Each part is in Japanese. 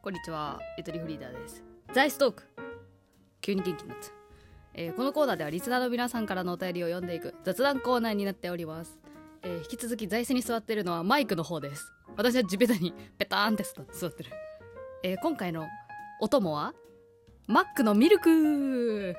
こんにちは、ゆとりフリーダーです。ザイストーク、急に元気になった。このコーナーではリスナーの皆さんからのお便りを読んでいく雑談コーナーになっております。引き続き座椅子に座っているのはマイクの方です。私は地べたにペターンって座ってる。今回のお供はマックのミルク。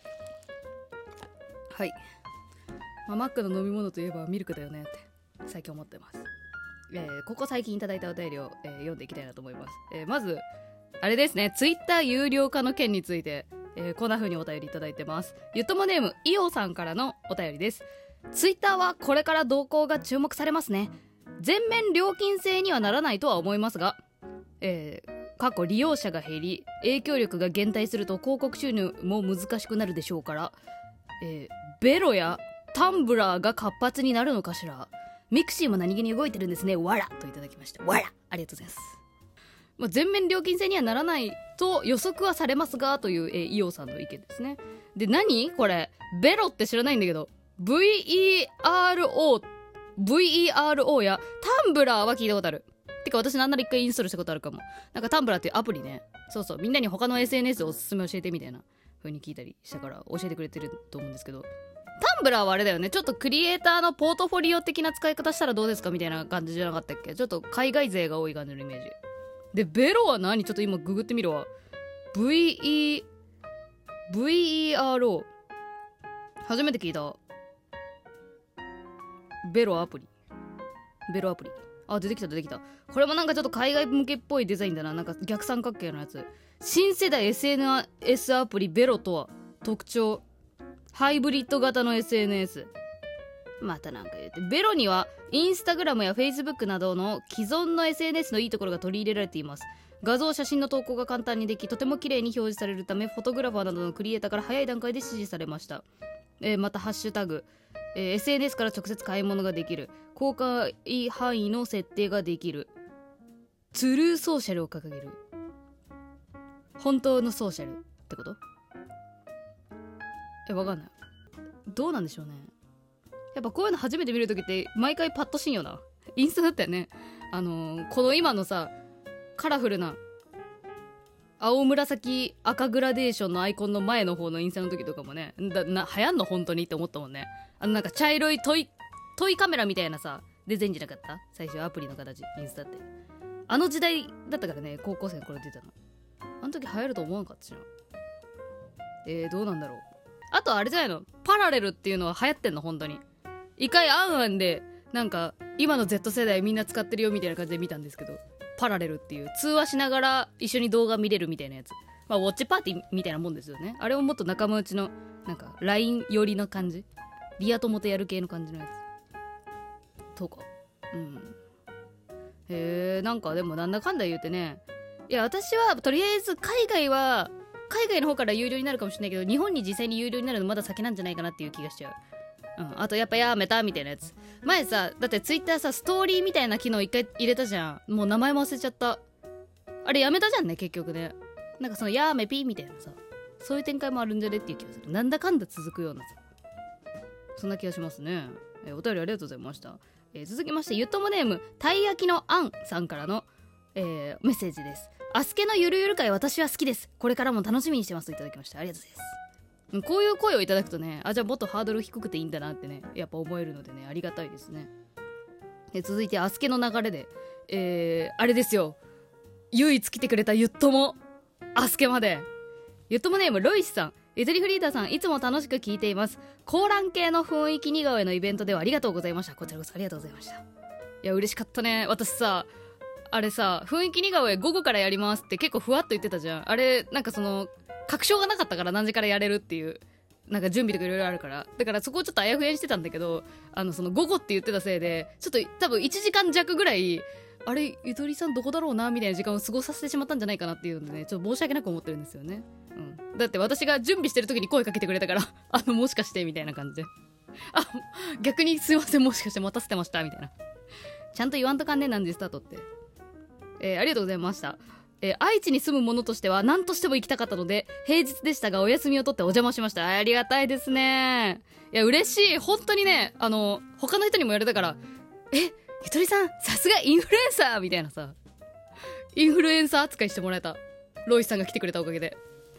はい、マックの飲み物といえばミルクだよねって最近思ってます。ここ最近いただいたお便りを、読んでいきたいなと思います。まずあれですね、ツイッター有料化の件について、こんな風にお便りいただいてます。ゆともネームイオさんからのお便りです。ツイッターはこれから動向が注目されますね。全面料金制にはならないとは思いますが、過去利用者が減り影響力が減退すると広告収入も難しくなるでしょうから、ベロやタンブラーが活発になるのかしら。ミクシーも何気に動いてるんですね。わらといただきました。わら、ありがとうございます。全面料金制にはならないと予測はされますがという、イオさんの意見ですね。で、何これベロって知らないんだけど VERO やタンブラーは聞いたことある。てか私なんなら一回インストールしたことあるかも。なんかタンブラーっていうアプリね。そうそう、みんなに他の SNS おすすめ教えてみたいな風に聞いたりしたから教えてくれてると思うんですけど、タンブラーはあれだよね、ちょっとクリエイターのポートフォリオ的な使い方したらどうですかみたいな感じじゃなかったっけ。ちょっと海外勢が多い感じのイメージで、ベロは何？ちょっと今ググってみるわ。VERO 初めて聞いた。ベロアプリあ、出てきた。これもなんかちょっと海外向けっぽいデザインだな。なんか逆三角形のやつ。新世代 SNS アプリベロとは特徴、ハイブリッド型の SNS。 またなんか言うて、ベロにはインスタグラムやフェイスブックなどの既存の SNS のいいところが取り入れられています。画像写真の投稿が簡単にでき、とても綺麗に表示されるためフォトグラファーなどのクリエイターから早い段階で支持されました。またハッシュタグ、SNS から直接買い物ができる、公開範囲の設定ができる、トゥルーソーシャルを掲げる、本当のソーシャルってこと？わかんない。どうなんでしょうね。やっぱこういうの初めて見るときって毎回パッとしんよな。インスタだったよね。この今のさカラフルな青紫赤グラデーションのアイコンの前の方のインスタの時とかもね、流行んの本当にって思ったもんね。なんか茶色いトイカメラみたいなさデザインじゃなかった？最初アプリの形、インスタってあの時代だったからね。高校生の頃出たの。あの時流行ると思わなかったしな。どうなんだろう。あとあれじゃないの、パラレルっていうのは流行ってんの本当に。一回アンアンでなんか今の Z 世代みんな使ってるよみたいな感じで見たんですけど、パラレルっていう通話しながら一緒に動画見れるみたいなやつ、ウォッチパーティーみたいなもんですよね。あれをもっと仲間内のなんか LINE 寄りの感じ、リア友とやる系の感じのやつとか。なんかでもなんだかんだ言うてね、いや私はとりあえず海外の方から有料になるかもしれないけど、日本に実際に有料になるのまだ先なんじゃないかなっていう気がしちゃう。あとやっぱやめたみたいなやつ。前さ、だってツイッターさストーリーみたいな機能一回入れたじゃん。もう名前も忘れちゃった。あれやめたじゃんね結局ね。なんかそのやめピーみたいなさ、そういう展開もあるんじゃねっていう気がする。なんだかんだ続くようなさ、そんな気がしますね。お便りありがとうございました。続きましてゆともネームたい焼きのあんさんからの、メッセージです。アスケのゆるゆる会私は好きです。これからも楽しみにしてますといただきました。ありがとうございます。こういう声をいただくとね、じゃあもっとハードル低くていいんだなってね、やっぱ思えるのでね、ありがたいですね。続いてアスケの流れで、あれですよ、唯一来てくれたゆっともアスケまで。ゆっともネームロイスさん、ゆとりフリーダーさん、いつも楽しく聞いています。コーラン系の雰囲気似顔絵のイベントではありがとうございました。こちらこそありがとうございました。いや嬉しかったね。私さあれさ、雰囲気似顔絵午後からやりますって結構ふわっと言ってたじゃん。あれなんかその確証がなかったから、何時からやれるっていうなんか準備とかいろいろあるから、だからそこをちょっとあやふやにしてたんだけど、その午後って言ってたせいでちょっと多分1時間弱ぐらい、あれゆとりさんどこだろうなみたいな時間を過ごさせてしまったんじゃないかなっていうのでね、ちょっと申し訳なく思ってるんですよね。だって私が準備してる時に声かけてくれたからもしかしてみたいな感じで、逆にすいません、もしかして待たせてましたみたいな、ちゃんと言わんとかんねなんでスタートって。ありがとうございました。愛知に住む者としては何としても行きたかったので平日でしたがお休みを取ってお邪魔しました。ありがたいですね。いや嬉しい本当にね。他の人にも言われたから、ゆとりさんさすがインフルエンサーみたいなさ、 インフルエンサー扱いしてもらえた。ロイさんが来てくれたおかげで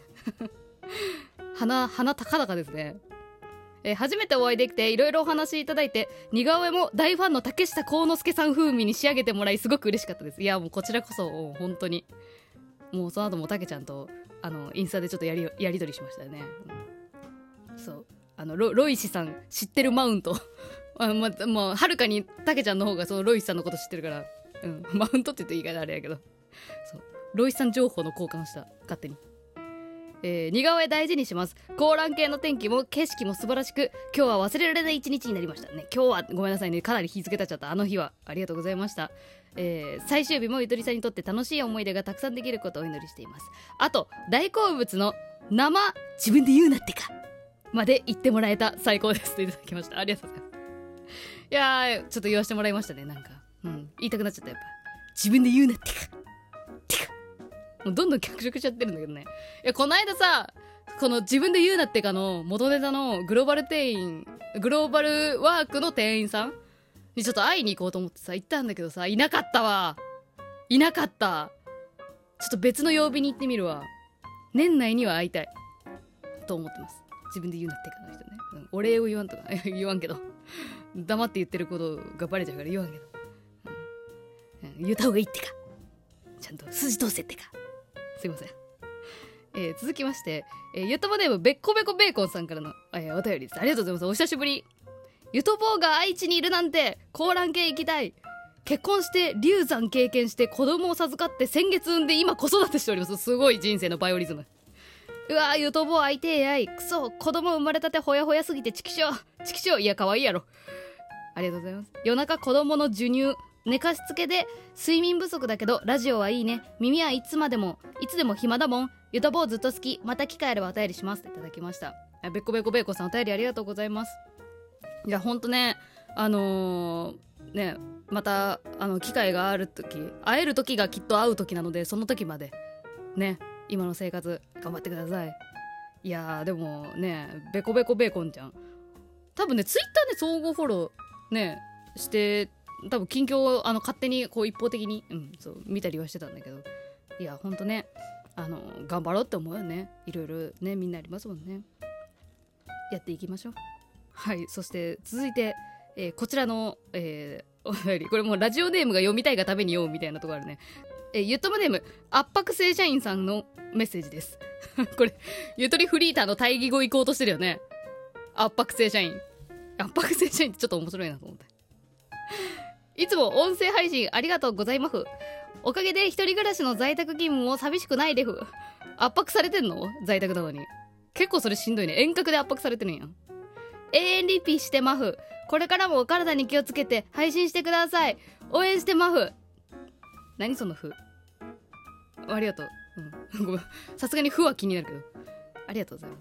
鼻高々ですね。初めてお会いできていろいろお話いただいて、似顔絵も大ファンの竹下幸之助さん風味に仕上げてもらいすごく嬉しかったです。いやもうこちらこそ本当にもうその後も竹ちゃんとインスタでちょっとやり取りしましたよね、そうロイシさん知ってるマウントもうはるかに竹ちゃんの方がそのロイシさんのこと知ってるから、マウントって言っていいかなあれやけど、そうロイシさん情報の交換した勝手に。似顔絵大事にします。高蘭系の天気も景色も素晴らしく、今日は忘れられない一日になりましたね。今日はごめんなさいね、かなり日付経っちゃった。あの日はありがとうございました。最終日もゆとりさんにとって楽しい思い出がたくさんできることをお祈りしています。あと大好物の生自分で言うなってかまで言ってもらえた。最高ですといただきました。ありがとうございます。いやーちょっと言わせてもらいましたね。なんか言いたくなっちゃった。やっぱ自分で言うなってかもうどんどん脚色しちゃってるんだけどね。いやこの間さ、この自分で言うなってかの元ネタのグローバルワークの店員さんにちょっと会いに行こうと思ってさ行ったんだけどさ、いなかった。ちょっと別の曜日に行ってみるわ。年内には会いたいと思ってます。自分で言うなってかの人ね、お礼を言わんとか言わんけど黙って言ってることがバレちゃうから言わんけど、言った方がいいってか、ちゃんと筋通せってか。すいません。続きまして、ゆとぼネームべっこべこベーコンさんからの、お便りです。ありがとうございます。お久しぶり。ゆとぼが愛知にいるなんて、高蘭系行きたい。結婚して流産経験して子供を授かって先月産んで今子育てしております。すごい人生のバイオリズム。うわーゆとぼ会いてえやい。くそ子供生まれたてほやほやすぎてチキショいや可愛いやろ。ありがとうございます。夜中子供の授乳寝かしつけで睡眠不足だけどラジオはいいね。耳はいつでも暇だもん。ゆとぼずっと好き。また機会あればお便りします。いただきました。べっこべこべーこさんお便りありがとうございます。いやほんとねねまた機会がある時会える時がきっと会う時なので、その時までね今の生活頑張ってください。いやでもねべこべこベーコンちゃん多分ねツイッターで相互フォローねして多分近況を勝手にこう一方的に、そう見たりはしてたんだけど、いやほんとね頑張ろうって思うよね。いろいろねみんなありますもんね。やっていきましょう。はい。そして続いて、こちらの、お便りこれもうラジオネームが読みたいがために読むみたいなとこあるね。ゆともネーム圧迫正社員さんのメッセージですこれゆとりフリーターの対義語行こうとしてるよね。圧迫正社員ってちょっと面白いなと思っていつも音声配信ありがとうございます。おかげで一人暮らしの在宅勤務も寂しくないでふ。圧迫されてんの？在宅なのに。結構それしんどいね。遠隔で圧迫されてるんやん。永遠リピしてマフ。これからもお体に気をつけて配信してください。応援してマフ。何そのふ。ありがとう。ごめん。さすがにふは気になるけど。ありがとうございます。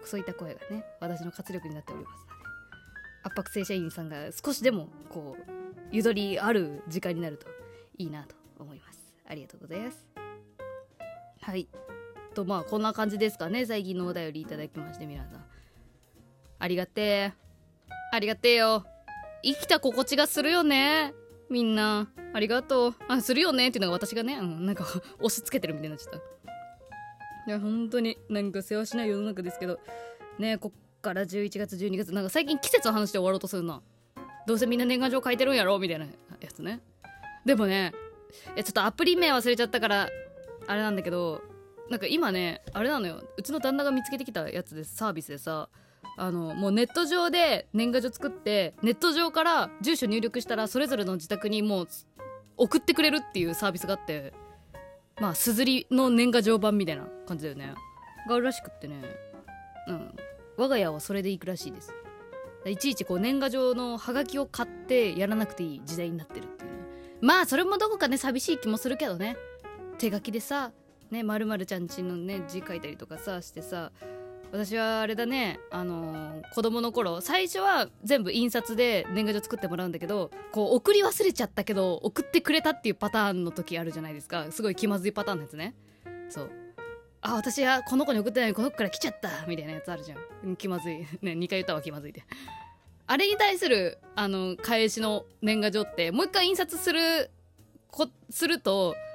そういった声がね、私の活力になっておりますので。圧迫正社員さんが少しでもこうゆとりある時間になるといいなと思います。ありがとうございます。はいとまあこんな感じですかね。最近のお便りいただきまして皆さんありがてえよ。生きた心地がするよね。みんなありがとう。するよねっていうのが私がね、なんか押し付けてるみたいになっちゃった。いや本当になんか世話しない世の中ですけどね。こっから11月12月なんか最近季節の話で終わろうとするな。どうせみんな年賀状書いてるんやろみたいなやつね。でもねちょっとアプリ名忘れちゃったからあれなんだけど、なんか今ねあれなのよ。うちの旦那が見つけてきたやつでサービスでさ、もうネット上で年賀状作ってネット上から住所入力したらそれぞれの自宅にもう送ってくれるっていうサービスがあって、まあすずりの年賀状版みたいな感じだよねがあるらしくってね。我が家はそれでいくらしいです。いちいちこう年賀状のハガキを買ってやらなくていい時代になってるっていうね。まあそれもどこかね寂しい気もするけどね。手書きでさね〇〇ちゃんちのね字書いたりとかさしてさ、私はあれだね子供の頃最初は全部印刷で年賀状作ってもらうんだけど、こう送り忘れちゃったけど送ってくれたっていうパターンの時あるじゃないですか。すごい気まずいパターンのやつね。そう私はこの子に送ってないのにこの子から来ちゃったみたいなやつあるじゃん。気まずいね。2回言ったわ気まずいってあれに対する返しの年賀状ってもう一回印刷すると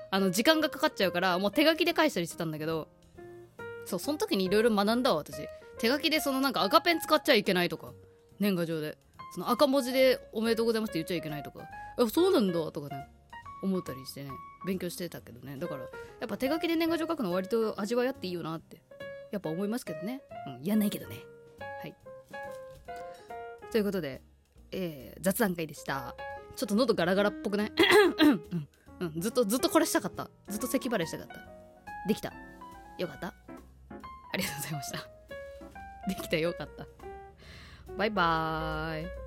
時間がかかっちゃうからもう手書きで返したりしてたんだけど、そうその時にいろいろ学んだわ私。手書きでそのなんか赤ペン使っちゃいけないとか、年賀状でその赤文字でおめでとうございますって言っちゃいけないとか、そうなんだとかね思ったりしてね、勉強してたけどね。だからやっぱ手書きで年賀状書くの割と味わいあっていいよなってやっぱ思いますけどね。やんないけどね。はい、ということで、雑談会でした。ちょっと喉ガラガラっぽくないずっとこれしたかった。ずっと咳払いしたかった。できた。よかった。ありがとうございました。できた。よかった。バイバーイ。